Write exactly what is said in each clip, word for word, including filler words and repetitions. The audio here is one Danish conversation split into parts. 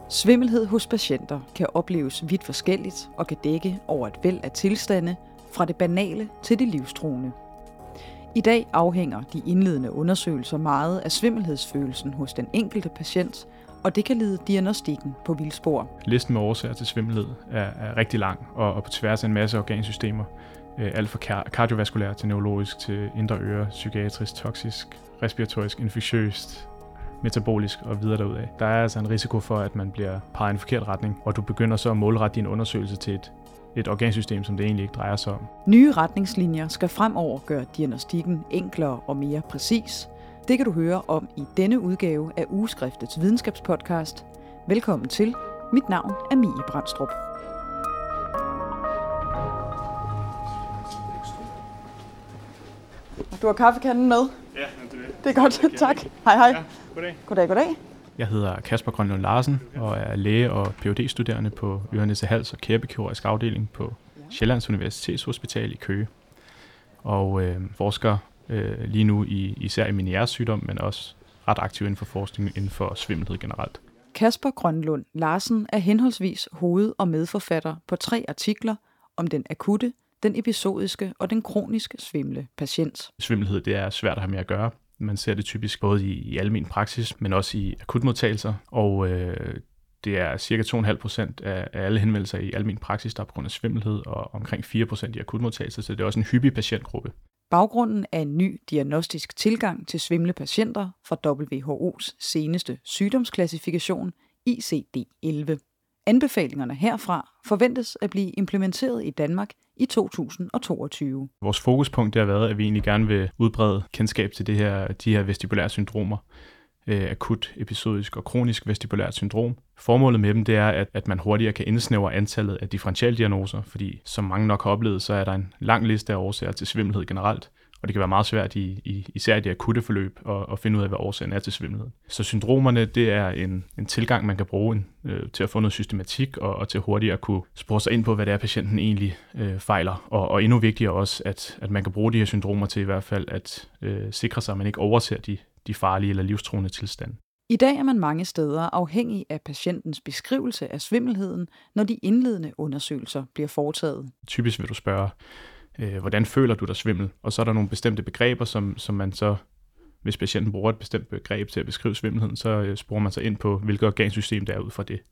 Svimmelhed hos patienter kan opleves vidt forskelligt og kan dække over et væld af tilstande, fra det banale til det livstruende. I dag afhænger de indledende undersøgelser meget af svimmelhedsfølelsen hos den enkelte patient, og det kan lede diagnostikken på vildspor. Listen med årsager til svimmelhed er, er rigtig lang og, og på tværs af en masse organsystemer. Alt fra kardiovaskulær til neurologisk til indre øre, psykiatrisk, toksisk, respiratorisk, infektiøst, metabolisk og videre derudad. Der er altså en risiko for, at man bliver peget i en forkert retning, og du begynder så at målrette din undersøgelse til et, et organsystem, som det egentlig ikke drejer sig om. Nye retningslinjer skal fremover gøre diagnostikken enklere og mere præcis. Det kan du høre om i denne udgave af Ugeskriftets videnskabspodcast. Velkommen til. Mit navn er Mie Brandstrup. Du har kaffekanden med? Ja, det er det. Det er godt, tak. Hej hej. Ja, goddag. Goddag, goddag. Jeg hedder Kasper Grønlund Larsen og er læge og P H D-studerende på øre, næse, hals og kæbekirurgisk afdeling på Sjællands Universitetshospital i Køge. Og øh, forsker øh, lige nu i især i mini-hjertesygdom, men også ret aktiv inden for forskning inden for svimmelhed generelt. Kasper Grønlund Larsen er henholdsvis hoved- og medforfatter på tre artikler om den akutte, den episodiske og den kroniske svimle patient. Svimmelhed, det er svært at have med at gøre. Man ser det typisk både i, i almen praksis, men også i akutmodtagelser. Og øh, det er cirka to komma fem procent af, af alle henvendelser i almen praksis, der er på grund af svimmelhed, og omkring fire procent i akutmodtagelser, så det er også en hyppig patientgruppe. Baggrunden er en ny diagnostisk tilgang til svimle patienter fra W H O's seneste sygdomsklassifikation I C D elleve. Anbefalingerne herfra forventes at blive implementeret i Danmark i to tusind og toogtyve. Vores fokuspunkt har været, at vi egentlig gerne vil udbrede kendskab til det her, de her vestibulære syndromer, øh, akut, episodisk og kronisk vestibulært syndrom. Formålet med dem det er, at, at man hurtigere kan indsnævre antallet af differentialdiagnoser, fordi som mange nok har oplevet, så er der en lang liste af årsager til svimmelhed generelt. Og det kan være meget svært, i, i, især i det akutte forløb, at, at finde ud af, hvad årsagen er til svimmelhed. Så syndromerne, det er en, en tilgang, man kan bruge en, øh, til at få noget systematik, og, og til hurtigere at kunne spore sig ind på, hvad det er, patienten egentlig øh, fejler. Og, og endnu vigtigere også, at, at man kan bruge de her syndromer til i hvert fald at øh, sikre sig, at man ikke overser de, de farlige eller livstruende tilstande. I dag er man mange steder afhængig af patientens beskrivelse af svimmelheden, når de indledende undersøgelser bliver foretaget. Typisk vil du spørge, hvordan føler du dig svimmel? Og så er der nogle bestemte begreber, som, som man så, hvis patienten bruger et bestemt begreb til at beskrive svimmelheden, så sporer man sig ind på, hvilket organsystem det er ud fra det.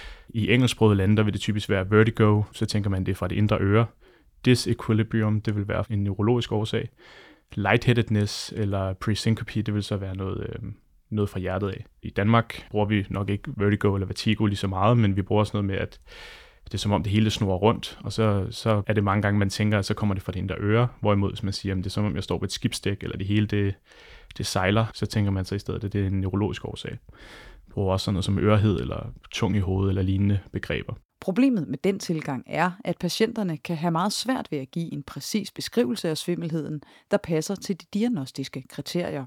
I engelsksprogede lande, der vil det typisk være vertigo, så tænker man, det er fra det indre øre. Disequilibrium, det vil være en neurologisk årsag. Lightheadedness eller presyncope, det vil så være noget, øh, noget fra hjertet af. I Danmark bruger vi nok ikke vertigo eller vertigo lige så meget, men vi bruger også noget med, at det er som om det hele snurrer rundt, og så, så er det mange gange, man tænker, at så kommer det fra det indre øre. Hvorimod, hvis man siger, at det er som om jeg står på et skibsdæk, eller det hele det, det sejler, så tænker man så i stedet, at det er en neurologisk årsag. Man bruger også sådan noget som ørehed, eller tung i hovedet, eller lignende begreber. Problemet med den tilgang er, at patienterne kan have meget svært ved at give en præcis beskrivelse af svimmelheden, der passer til de diagnostiske kriterier.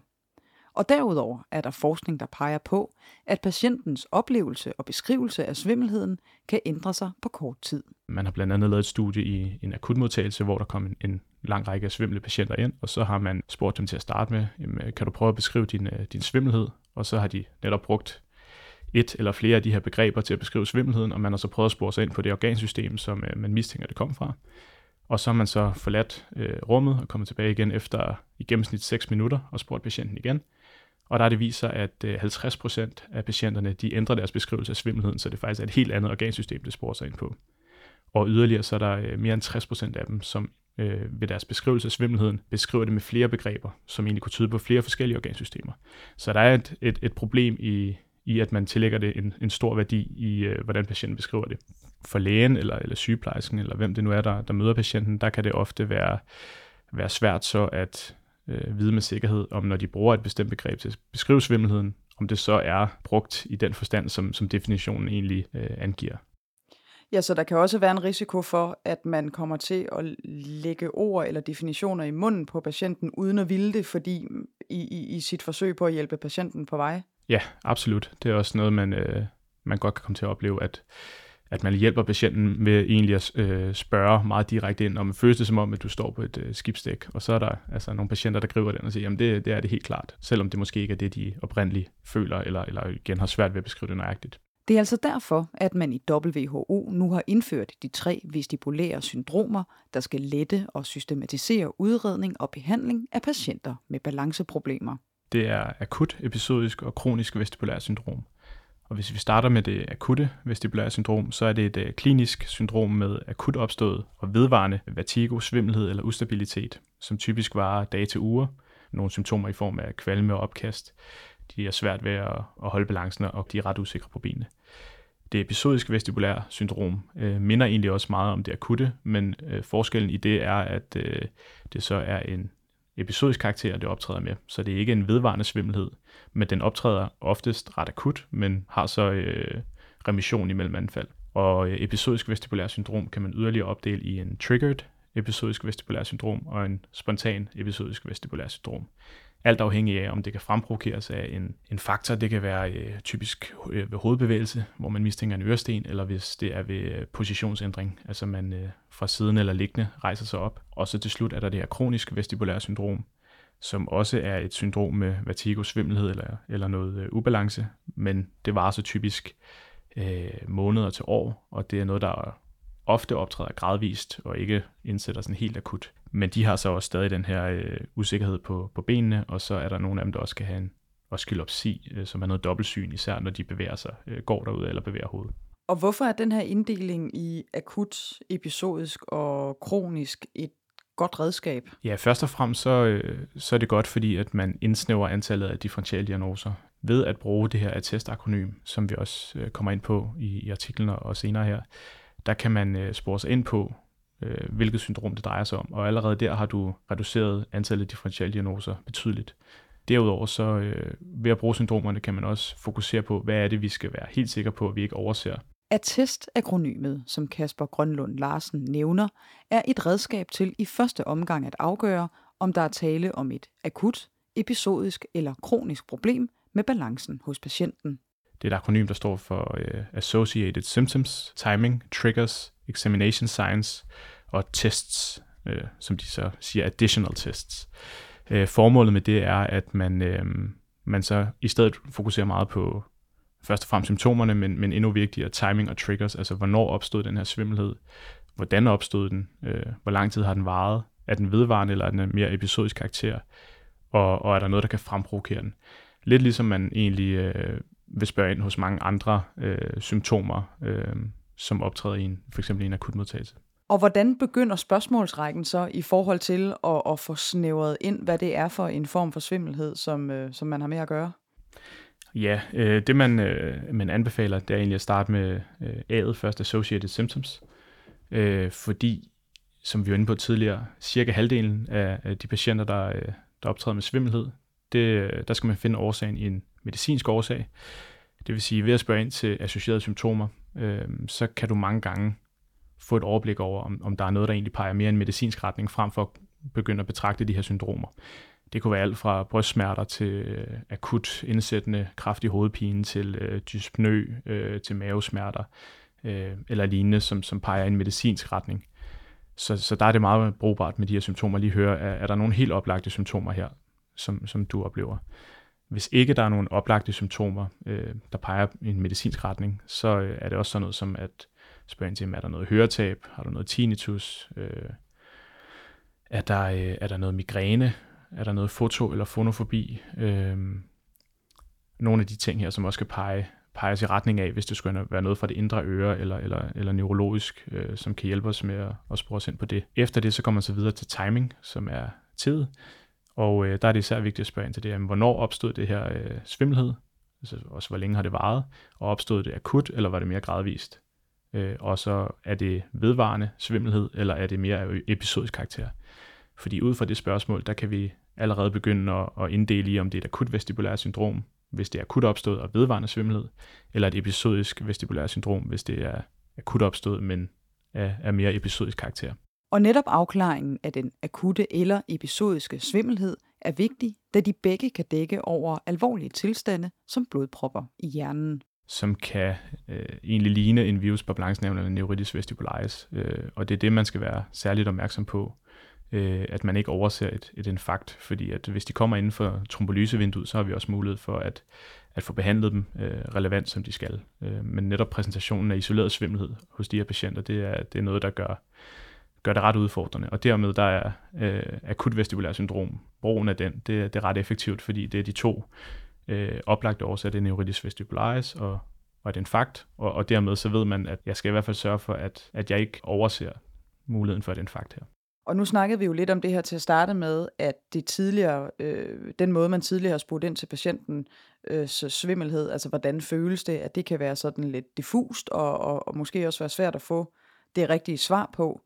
Og derudover er der forskning, der peger på, at patientens oplevelse og beskrivelse af svimmelheden kan ændre sig på kort tid. Man har blandt andet lavet et studie i en akutmodtagelse, hvor der kom en, en lang række af svimle patienter ind, og så har man spurgt dem til at starte med, jamen, kan du prøve at beskrive din, din svimmelhed? Og så har de netop brugt et eller flere af de her begreber til at beskrive svimmelheden, og man har så prøvet at spore sig ind på det organsystem, som man mistænker, det kom fra. Og så har man så forladt øh, rummet og kommet tilbage igen efter i gennemsnit seks minutter og spurgt patienten igen. Og der er det viser, at halvtreds procent af patienterne de ændrer deres beskrivelse af svimmelheden, så det faktisk er et helt andet organsystem, det sporer sig ind på. Og yderligere så er der mere end tres procent af dem, som øh, ved deres beskrivelse af svimmelheden beskriver det med flere begreber, som egentlig kunne tyde på flere forskellige organsystemer. Så der er et, et, et problem i, i, at man tillægger det en, en stor værdi i, øh, hvordan patienten beskriver det. For lægen eller, eller sygeplejersken, eller hvem det nu er, der, der møder patienten, der kan det ofte være, være svært så at vide med sikkerhed, om når de bruger et bestemt begreb til at beskrive svimmelheden, om det så er brugt i den forstand, som, som definitionen egentlig øh, angiver. Ja, så der kan også være en risiko for, at man kommer til at lægge ord eller definitioner i munden på patienten, uden at ville det, fordi i, i, i sit forsøg på at hjælpe patienten på vej. Ja, absolut. Det er også noget, man, øh, man godt kan komme til at opleve, at at man hjælper patienten med egentlig at øh, spørge meget direkte ind, om føles det som om, at du står på et øh, skibsdæk, og så er der altså nogle patienter, der griber den og siger, jamen det, det er det helt klart, selvom det måske ikke er det, de oprindeligt føler, eller, eller igen har svært ved at beskrive det nøjagtigt. Det er altså derfor, at man i W H O nu har indført de tre vestibulære syndromer, der skal lette og systematisere udredning og behandling af patienter med balanceproblemer. Det er akut, episodisk og kronisk vestibulært syndrom. Og hvis vi starter med det akutte vestibulære syndrom, så er det et klinisk syndrom med akut opstået og vedvarende vertigo, svimmelhed eller ustabilitet, som typisk varer dage til uger. Nogle symptomer i form af kvalme og opkast. De er svært ved at holde balancen, og de er ret usikre på benene. Det episodiske vestibulære syndrom øh, minder egentlig også meget om det akutte, men øh, forskellen i det er, at øh, det så er en episodisk karakter, det optræder med. Så det er ikke en vedvarende svimmelhed, men den optræder oftest ret akut, men har så øh, remission imellem anfald. Og øh, episodisk vestibulære syndrom kan man yderligere opdele i en triggered episodisk vestibulære syndrom og en spontan episodisk vestibulære syndrom. Alt afhængig af, om det kan fremprovokeres af en, en faktor. Det kan være øh, typisk øh, ved hovedbevægelse, hvor man mistænker en øresten, eller hvis det er ved øh, positionsændring, altså man øh, fra siden eller liggende rejser sig op. Og så til slut er der det her kroniske vestibulære syndrom, som også er et syndrom med vertigo, svimmelhed eller, eller noget øh, ubalance, men det varer så typisk øh, måneder til år, og det er noget, der ofte optræder gradvist og ikke indsætter sådan helt akut. Men de har så også stadig den her øh, usikkerhed på, på benene, og så er der nogle af dem, der også kan have en oscillopsi, øh, som er noget dobbeltsyn, især når de bevæger sig, øh, går derud eller bevæger hovedet. Og hvorfor er den her inddeling i akut, episodisk og kronisk et godt redskab? Ja, først og fremmest så, øh, så er det godt, fordi at man indsnæver antallet af differentialdiagnoser ved at bruge det her attestakronym, som vi også øh, kommer ind på i, i artiklen og senere her. Der kan man øh, spore sig ind på, øh, hvilket syndrom det drejer sig om, og allerede der har du reduceret antallet af differentialdiagnoser betydeligt. Derudover så øh, ved at bruge syndromerne kan man også fokusere på, hvad er det, vi skal være helt sikre på, at vi ikke overser. Attestakronymet, som Kasper Grønlund Larsen nævner, er et redskab til i første omgang at afgøre, om der er tale om et akut, episodisk eller kronisk problem med balancen hos patienten. Det er et akronym, der står for uh, Associated Symptoms, Timing, Triggers, Examination Signs og Tests, uh, som de så siger, Additional Tests. Uh, formålet med det er, at man, uh, man så i stedet fokuserer meget på først og fremmest symptomerne, men, men endnu vigtigere timing og triggers, altså hvornår opstod den her svimmelhed, hvordan opstod den, uh, hvor lang tid har den varet, er den vedvarende eller er den mere episodisk karakter, og, og er der noget, der kan fremprovokere den. Lidt ligesom man egentlig uh, vil spørge ind hos mange andre øh, symptomer, øh, som optræder i en, for eksempel i en akutmodtagelse. Og hvordan begynder spørgsmålsrækken så i forhold til at, at få snævret ind, hvad det er for en form for svimmelhed, som, øh, som man har med at gøre? Ja, øh, det man, øh, man anbefaler, det er egentlig at starte med øh, A'et først, Associated Symptoms, øh, fordi, som vi var inde på tidligere, cirka halvdelen af, af de patienter, der, øh, der optræder med svimmelhed, det, der skal man finde årsagen i en medicinsk årsag. Det vil sige, ved at spørge ind til associerede symptomer, øh, så kan du mange gange få et overblik over, om, om der er noget, der egentlig peger mere i en medicinsk retning, frem for at begynde at betragte de her syndromer. Det kunne være alt fra brystsmerter til øh, akut indsættende kraftig hovedpine, til øh, dyspnø, øh, til mavesmerter, øh, eller lignende, som, som peger i en medicinsk retning. Så, så der er det meget brugbart med de her symptomer. Lige høre, er, er der nogle helt oplagte symptomer her, som, som du oplever? Hvis ikke der er nogle oplagte symptomer, øh, der peger i en medicinsk retning, så øh, er det også sådan noget som at spørge ind til, er der noget høretab, har du noget tinnitus, øh, er, der, øh, er der noget migræne, er der noget foto- eller fonofobi, øh, nogle af de ting her, som også kan pege, peges i retning af, hvis det skulle være noget fra det indre øre eller, eller, eller neurologisk, øh, som kan hjælpe os med at, at spore os ind på det. Efter det, så kommer man så videre til timing, som er tid. Og øh, der er det især vigtigt at spørge ind til det, jamen, hvornår opstod det her øh, svimmelhed, altså også hvor længe har det varet, og opstod det akut, eller var det mere gradvist? Øh, og så er det vedvarende svimmelhed, eller er det mere episodisk karakter? Fordi ud fra det spørgsmål, der kan vi allerede begynde at, at inddele i, om det er et akut vestibulært syndrom, hvis det er akut opstået og vedvarende svimmelhed, eller et episodisk vestibulært syndrom, hvis det er akut opstået, men er, er mere episodisk karakter. Og netop afklaringen af den akutte eller episodiske svimmelhed er vigtig, da de begge kan dække over alvorlige tilstande som blodpropper i hjernen. Som kan øh, egentlig ligne en virus på balancen eller neuritis vestibularis. Øh, og det er det, man skal være særligt opmærksom på, øh, at man ikke overser et, et infarkt, fordi at hvis de kommer inden for trombolysevinduet, så har vi også mulighed for at, at få behandlet dem øh, relevant, som de skal. Øh, men netop præsentationen af isoleret svimmelhed hos de her patienter, det er, det er noget, der gør, gør det ret udfordrende. Og dermed der er øh, akut vestibulær syndrom, brugen af den, det, det er ret effektivt, fordi det er de to øh, oplagte årsager, det er neuritis vestibularis og, og et infarkt, og, og dermed så ved man, at jeg skal i hvert fald sørge for, at, at jeg ikke overser muligheden for et infarkt her. Og nu snakkede vi jo lidt om det her til at starte med, at det tidligere, øh, den måde, man tidligere har spurgt ind til patienten, øh, så svimmelhed, altså hvordan føles det, at det kan være sådan lidt diffust, og, og, og måske også være svært at få det rigtige svar på.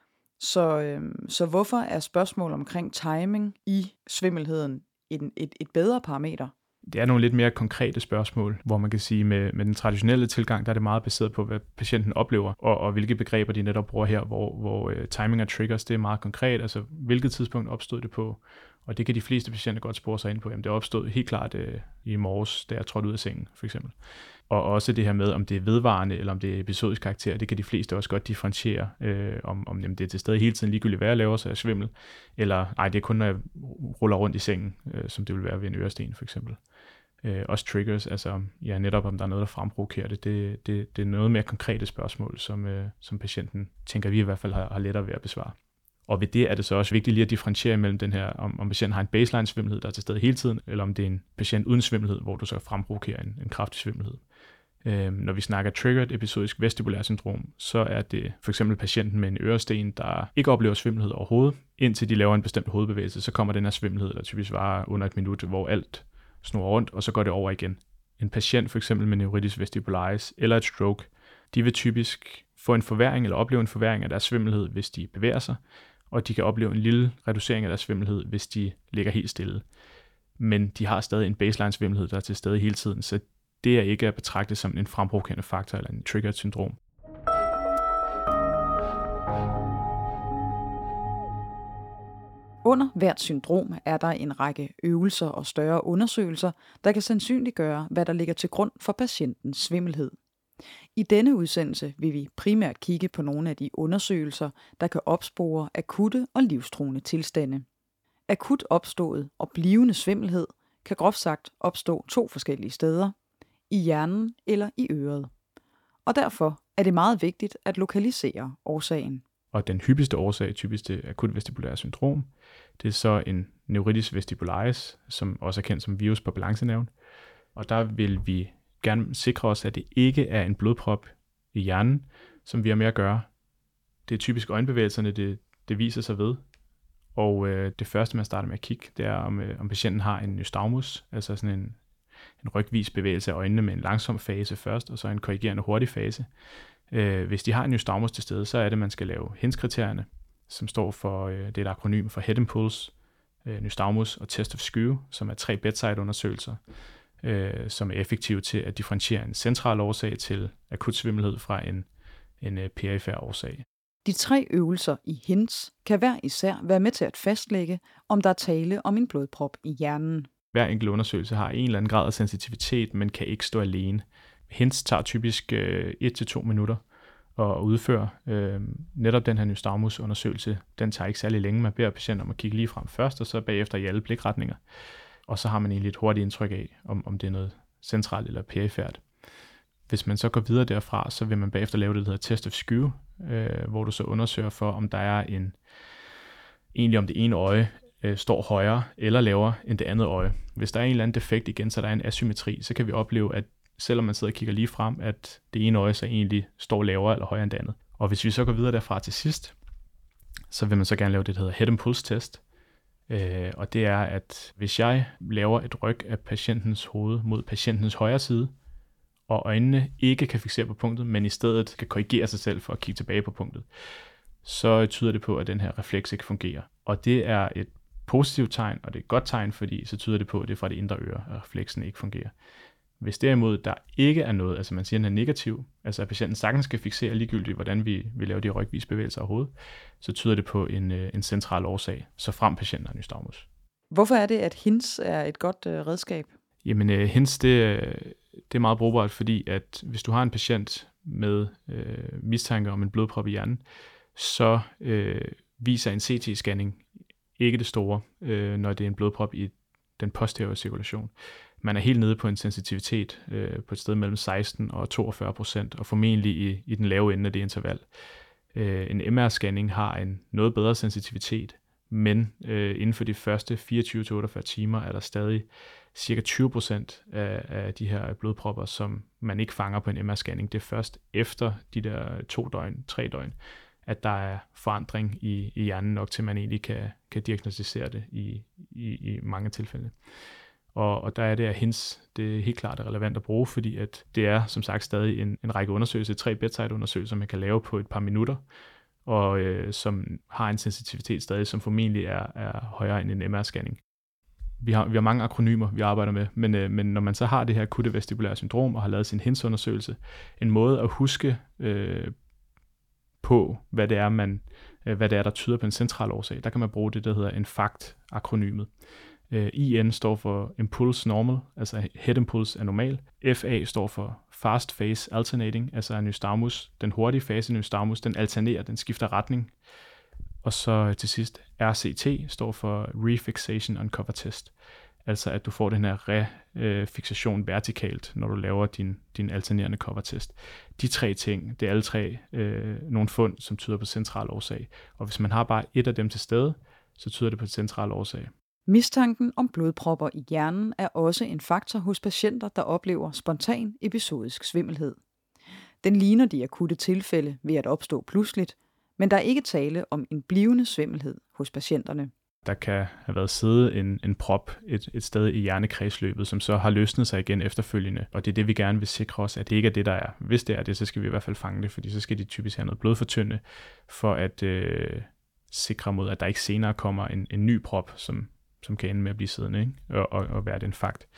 Så, øh, så hvorfor er spørgsmål omkring timing i svimmelheden en, et, et bedre parameter? Det er nogle lidt mere konkrete spørgsmål, hvor man kan sige, med, med den traditionelle tilgang, der er det meget baseret på, hvad patienten oplever, og, og hvilke begreber de netop bruger her, hvor, hvor uh, timing og triggers, det er meget konkret, altså hvilket tidspunkt opstod det på, og det kan de fleste patienter godt spore sig ind på. Jamen, det opstod helt klart uh, i morges, da jeg trådte ud af sengen, for eksempel. Og også det her med, om det er vedvarende, eller om det er episodisk karakter, det kan de fleste også godt differentiere, øh, om, om jamen, det er til stede hele tiden ligegyldigt, hvad jeg laver, så jeg svimmel, eller nej, det er kun, når jeg ruller rundt i sengen, øh, som det vil være ved en øresten, for eksempel. Øh, også triggers, altså ja, netop om der er noget, der fremprovokerer det, det, det, det er noget mere konkrete spørgsmål, som, øh, som patienten tænker, vi i hvert fald har, har lettere ved at besvare. Og ved det er det så også vigtigt lige at differentiere mellem den her, om, om patienten har en baseline svimmelhed, der er til stede hele tiden, eller om det er en patient uden svimmelhed, hvor du så fremprovokerer en, en kraftig svimmelhed. Øhm, når vi snakker triggered episodisk vestibulær syndrom, så er det for eksempel patienten med en øresten, der ikke oplever svimmelhed overhovedet, indtil de laver en bestemt hovedbevægelse, så kommer den her svimmelhed, der typisk varer under et minut, hvor alt snurrer rundt, og så går det over igen. En patient for eksempel med neuritis vestibularis eller et stroke, de vil typisk få en forværring eller opleve en forværring af deres svimmelhed, hvis de bevæger sig, og de kan opleve en lille reducering af deres svimmelhed, hvis de ligger helt stille. Men de har stadig en baseline svimmelhed, der er til stede hele tiden, så det er ikke at betragte som en fremprovokerende faktor eller en triggered syndrom. Under hvert syndrom er der en række øvelser og større undersøgelser, der kan sandsynliggøre, hvad der ligger til grund for patientens svimmelhed. I denne udsendelse vil vi primært kigge på nogle af de undersøgelser, der kan opspore akutte og livstruende tilstande. Akut opstået og blivende svimmelhed kan groft sagt opstå to forskellige steder, i hjernen eller i øret. Og derfor er det meget vigtigt at lokalisere årsagen. Og den hyppigste årsag, typisk til akut vestibulær syndrom, det er så en neuritis vestibularis, som også er kendt som virus på balancenerven. Og der vil vi gerne sikre os, at det ikke er en blodprop i hjernen, som vi har med at gøre. Det er typisk øjenbevægelserne, det, det viser sig ved. Og øh, det første, man starter med at kigge, det er, om, øh, om patienten har en nystagmus, altså sådan en, en rygvis bevægelse af øjnene med en langsom fase først, og så en korrigerende hurtig fase. Øh, hvis de har en nystagmus til stede, så er det, at man skal lave Hintz-kriterierne, som står for, øh, det er et akronym for Head Impulse, øh, nystagmus og Test of Skew, som er tre bedside-undersøgelser, øh, som er effektive til at differentiere en central årsag til akut svimmelhed fra en, en øh, perifer årsag. De tre øvelser i Hintz kan hver især være med til at fastlægge, om der er tale om en blodprop i hjernen. Hver enkelt undersøgelse har en eller anden grad af sensitivitet, men kan ikke stå alene. Hintz tager typisk øh, et til to minutter at udføre. Øh, netop den her nystagmus-undersøgelse, den tager ikke særlig længe. Man beder patienten om at kigge lige frem først, og så bagefter i alle blikretninger. Og så har man egentlig et hurtigt indtryk af, om, om det er noget centralt eller perifert. Hvis man så går videre derfra, så vil man bagefter lave det, der hedder Test of Skew, øh, hvor du så undersøger for, om der er en, egentlig om det ene øje øh, står højere eller lavere end det andet øje. Hvis der er en eller anden defekt igen, så der er en asymmetri, så kan vi opleve, at selvom man sidder og kigger lige frem, at det ene øje så egentlig står lavere eller højere end det andet. Og hvis vi så går videre derfra til sidst, så vil man så gerne lave det, der hedder Head Impulse Test. Øh, og det er, at hvis jeg laver et ryg af patientens hoved mod patientens højre side, og øjnene ikke kan fiksere på punktet, men i stedet kan korrigere sig selv for at kigge tilbage på punktet, så tyder det på, at den her refleks ikke fungerer. Og det er et positivt tegn, og det er et godt tegn, fordi så tyder det på, at det er fra det indre øre, at refleksen ikke fungerer. Hvis derimod der ikke er noget, altså man siger, at den er negativ, altså at patienten sagtens skal fiksere ligegyldigt, hvordan vi, vi laver de rygvise bevægelser af hovedet, så tyder det på en, en central årsag, så frem patienten har nystagmus. Hvorfor er det, at Hintz er et godt øh, redskab? Jamen uh, Hintz, det, det er meget brugbart, fordi at hvis du har en patient med øh, mistanke om en blodprop i hjernen, så øh, viser en C T-scanning ikke det store, øh, når det er en blodprop i den posteriore cirkulation. man er helt nede på en sensitivitet øh, på et sted mellem seksten og toogfyrre procent, og formentlig i, i den lave ende af det interval. Øh, en M R-scanning har en noget bedre sensitivitet, men øh, inden for de første fireogtyve til otteogfyrre timer er der stadig cirka tyve procent af, af de her blodpropper, som man ikke fanger på en M R-scanning. Det er først efter de der to døgn, tre døgn, at der er forandring i, i hjernen nok til, at man egentlig kan, kan diagnostisere det i, i, i mange tilfælde. Og, og der er det, at H I N S, det er helt klart er relevant at bruge, fordi at det er som sagt stadig en, en række undersøgelser, tre bedside-undersøgelser, man kan lave på et par minutter, og øh, som har en sensitivitet stadig, som formentlig er, er højere end en M R-scanning. Vi har, vi har mange akronymer, vi arbejder med, men, øh, men når man så har det her akutte vestibulære syndrom og har lavet sin H I N S-undersøgelse, en måde at huske øh, på, hvad det er, man, øh, hvad det er, der tyder på en central årsag, der kan man bruge det, der hedder infarkt-akronymet. Uh, I N står for Impulse Normal, altså Head Impulse er normal. F A står for Fast Phase Alternating, altså nystagmus, den hurtige fase nystagmus, den alternerer, den skifter retning. Og så til sidst R C T står for Refixation Uncover Test, altså at du får den her refixation vertikalt, når du laver din, din alternerende cover-test. De tre ting, det er alle tre øh, nogle fund, som tyder på central årsag. Og hvis man har bare et af dem til stede, så tyder det på en central årsag. Mistanken om blodpropper i hjernen er også en faktor hos patienter, der oplever spontan episodisk svimmelhed. Den ligner de akutte tilfælde ved at opstå pludseligt, men der er ikke tale om en blivende svimmelhed hos patienterne. Der kan have været siddet en, en prop et, et sted i hjernekredsløbet, som så har løsnet sig igen efterfølgende. Og det er det, vi gerne vil sikre os, at det ikke er det, der er. Hvis det er det, så skal vi i hvert fald fange det, fordi så skal de typisk have noget blodfortyndende, for at øh, sikre mod, at der ikke senere kommer en, en ny prop, som som kan ende med at blive siddende, ikke? Og, og, og være et infarkt.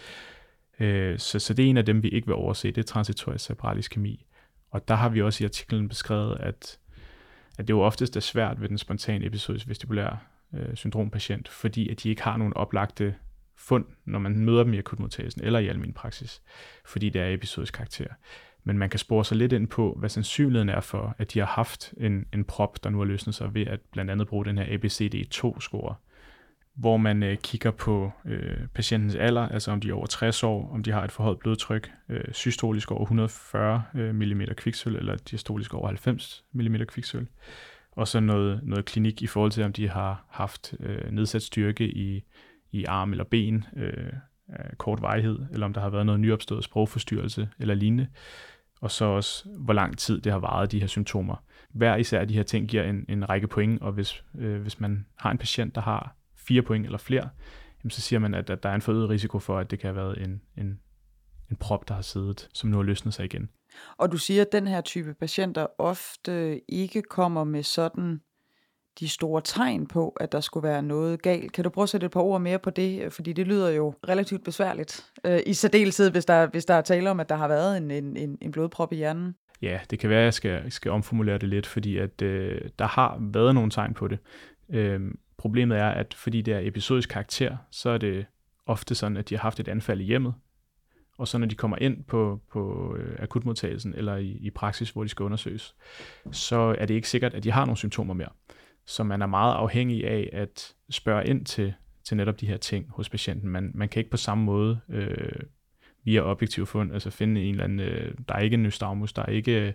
Øh, så, så det er en af dem, vi ikke vil overse, det er transitorisk cerebral iskemi. Og der har vi også i artiklen beskrevet, at, at det jo oftest er svært ved den spontane episodisk vestibulære øh, syndrompatient, fordi at de ikke har nogen oplagte fund, når man møder dem i akutmodtagelsen eller i almen praksis, fordi det er episodisk karakter. Men man kan spore sig lidt ind på, hvad sandsynligheden er for, at de har haft en, en prop, der nu har løsnet sig ved at blandt andet bruge den her A B C D to-score, hvor man øh, kigger på øh, patientens alder, altså om de er over tres år, om de har et forhøjet blodtryk, øh, systolisk over et hundrede og fyrre millimeter kviksølv, eller diastolisk over halvfems millimeter kviksølv. Og så noget, noget klinik i forhold til, om de har haft øh, nedsat styrke i, i arm eller ben, øh, af kort varighed, eller om der har været noget nyopstået sprogforstyrrelse eller lignende. Og så også, hvor lang tid det har varet, de her symptomer. Hver især af de her ting giver en, en række point, og hvis, øh, hvis man har en patient, der har fire point eller flere, jamen så siger man, at, at der er en forøget risiko for, at det kan have været en, en, en prop, der har siddet, som nu har løsnet sig igen. Og du siger, at den her type patienter ofte ikke kommer med sådan de store tegn på, at der skulle være noget galt. Kan du prøve at sætte et par ord mere på det? Fordi det lyder jo relativt besværligt. Øh, I særdeleshed, hvis der, hvis der er tale om, at der har været en, en, en blodprop i hjernen. Ja, det kan være, at jeg skal, skal omformulere det lidt, fordi at, øh, der har været nogle tegn på det. Øh, Problemet er, at fordi det er episodisk karakter, så er det ofte sådan, at de har haft et anfald i hjemmet, og så når de kommer ind på, på akutmodtagelsen eller i, i praksis, hvor de skal undersøges, så er det ikke sikkert, at de har nogle symptomer mere. Så man er meget afhængig af at spørge ind til, til netop de her ting hos patienten. Man, man kan ikke på samme måde øh, via objektive fund, altså finde en eller anden, øh, der er ikke en nystagmus, der er ikke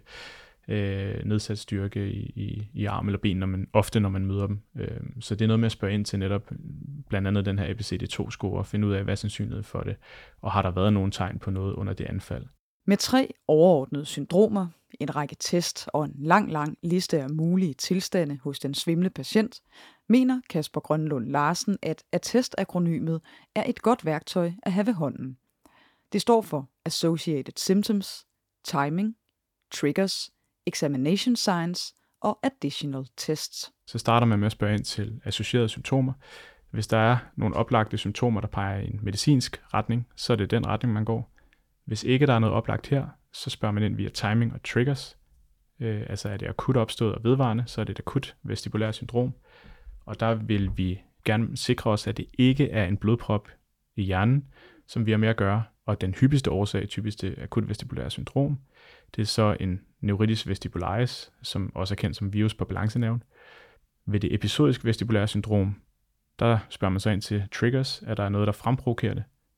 øh, nedsat styrke i, i, i arm eller ben, når man, ofte når man møder dem. Øh, så det er noget med at spørge ind til netop blandt andet den her A B C D to-score og finde ud af, hvad er sandsynligheden for det, og har der været nogen tegn på noget under det anfald. Med tre overordnede syndromer, en række test og en lang, lang liste af mulige tilstande hos den svimle patient, mener Kasper Grønlund Larsen, at attestakronymet er et godt værktøj at have ved hånden. Det står for Associated Symptoms, Timing, Triggers, Examination Signs og Additional Tests. Så starter man med at spørge ind til associerede symptomer. Hvis der er nogle oplagte symptomer, der peger i en medicinsk retning, så er det den retning, man går. Hvis ikke der er noget oplagt her, så spørger man ind via timing og triggers. Øh, altså er det akut opstået og vedvarende, så er det et akut vestibulært syndrom. Og der vil vi gerne sikre os, at det ikke er en blodprop i hjernen, som vi har med at gøre. Og den hyppigste årsag, typisk det akut vestibulære syndrom, det er så en neuritis vestibularis, som også er kendt som virus på balancenerven. Ved det episodisk vestibulære syndrom, der spørger man så ind til triggers. Er der noget, der fremprovokerer det?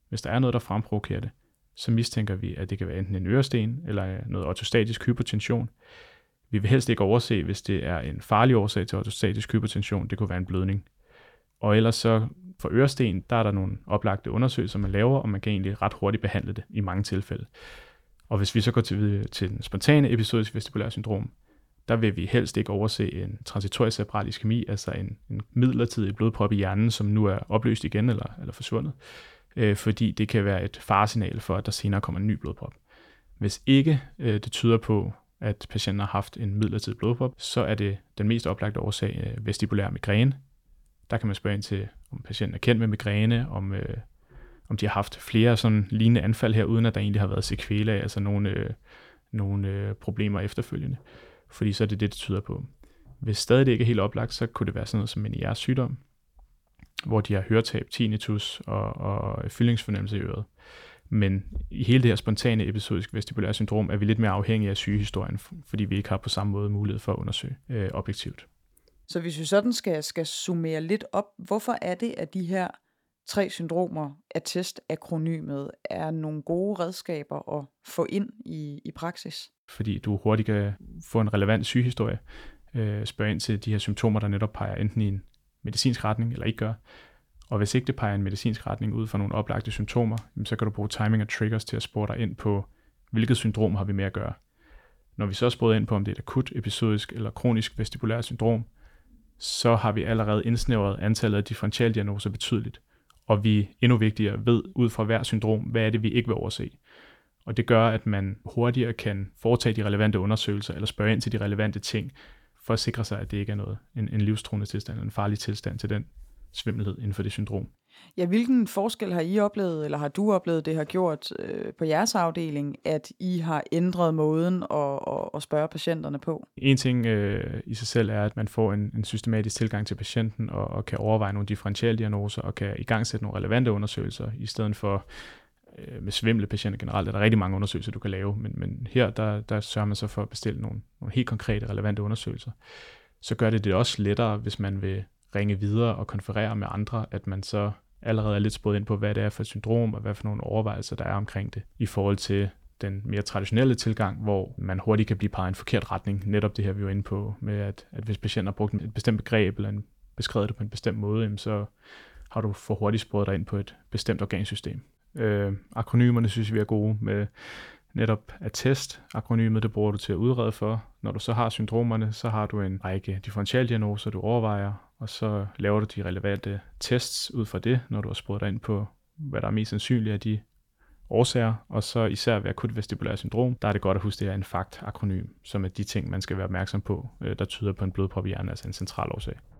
Hvis der er noget, der fremprovokerer det, så mistænker vi, at det kan være enten en øresten eller noget ortostatisk hypotension. Vi vil helst ikke overse, hvis det er en farlig årsag til ortostatisk hypotension. Det kunne være en blødning. Og ellers så for øresten, der er der nogle oplagte undersøgelser, man laver, og man kan egentlig ret hurtigt behandle det i mange tilfælde. Og hvis vi så går til, til den spontane episodisk vestibulære syndrom, der vil vi helst ikke overse en transitorisk cerebral iskemi, altså en, en midlertidig blodprop i hjernen, som nu er opløst igen eller, eller forsvundet, øh, fordi det kan være et faresignal for, at der senere kommer en ny blodprop. Hvis ikke øh, det tyder på, at patienten har haft en midlertidig blodprop, så er det den mest oplagte årsag øh, vestibulær migræne. Der kan man spørge ind til, om patienten er kendt med migræne, om, øh, om de har haft flere sådan lignende anfald her, uden at der egentlig har været sequela, altså nogle, øh, nogle øh, problemer efterfølgende. Fordi så er det det, det tyder på. Hvis stadig det ikke er helt oplagt, så kunne det være sådan noget som en hjertesygdom, hvor de har høretab, tinnitus og, og fyldingsfornemmelse i øret. Men i hele det her spontane episodisk vestibulære syndrom er vi lidt mere afhængige af sygehistorien, fordi vi ikke har på samme måde mulighed for at undersøge øh, objektivt. Så hvis vi sådan skal, skal summere lidt op, hvorfor er det, at de her tre syndromer, attest-akronymet, er nogle gode redskaber at få ind i, i praksis? Fordi du hurtigt kan få en relevant sygehistorie, øh, spørge ind til de her symptomer, der netop peger enten i en medicinsk retning eller ikke gør. Og hvis ikke det peger en medicinsk retning ud fra nogle oplagte symptomer, så kan du bruge timing og triggers til at spore dig ind på, hvilket syndrom har vi med at gøre. Når vi så sporer ind på, om det er et akut, episodisk eller kronisk vestibulært syndrom, så har vi allerede indsnævret antallet af differentialdiagnoser betydeligt. Og vi endnu vigtigere ved ud fra hver syndrom, hvad er det, vi ikke vil overse. Og det gør, at man hurtigere kan foretage de relevante undersøgelser eller spørge ind til de relevante ting, for at sikre sig, at det ikke er noget, en, en livstruende tilstand, en farlig tilstand til den svimmelhed inden for det syndrom. Ja, hvilken forskel har I oplevet, eller har du oplevet, det har gjort øh, på jeres afdeling, at I har ændret måden at, at, at spørge patienterne på? En ting øh, i sig selv er, at man får en, en systematisk tilgang til patienten og, og kan overveje nogle differentialdiagnoser og kan igangsætte nogle relevante undersøgelser, i stedet for øh, med svimle patienter generelt. Der er rigtig mange undersøgelser, du kan lave, men, men her der, der sørger man så for at bestille nogle, nogle helt konkrete, relevante undersøgelser. Så gør det det også lettere, hvis man vil ringe videre og konferere med andre, at man så allerede er lidt sporet ind på, hvad det er for et syndrom, og hvad for nogle overvejelser, der er omkring det, i forhold til den mere traditionelle tilgang, hvor man hurtigt kan blive peget i en forkert retning. Netop det her, vi var inde på, med at, at hvis patienten har brugt et bestemt begreb, eller en, beskrevet det på en bestemt måde, så har du for hurtigt sporet dig ind på et bestemt organsystem. Øh, akronymerne synes vi er gode med netop attest. Akronymet, det bruger du til at udrede for. Når du så har syndromerne, så har du en række differentialdiagnoser, du overvejer, og så laver du de relevante tests ud fra det, når du har sporet dig ind på, hvad der er mest sandsynligt af de årsager. Og så især ved akut vestibulært syndrom, der er det godt at huske, det er en fakt-akronym, som er de ting, man skal være opmærksom på, der tyder på en blodprop i hjernen, altså en central årsag.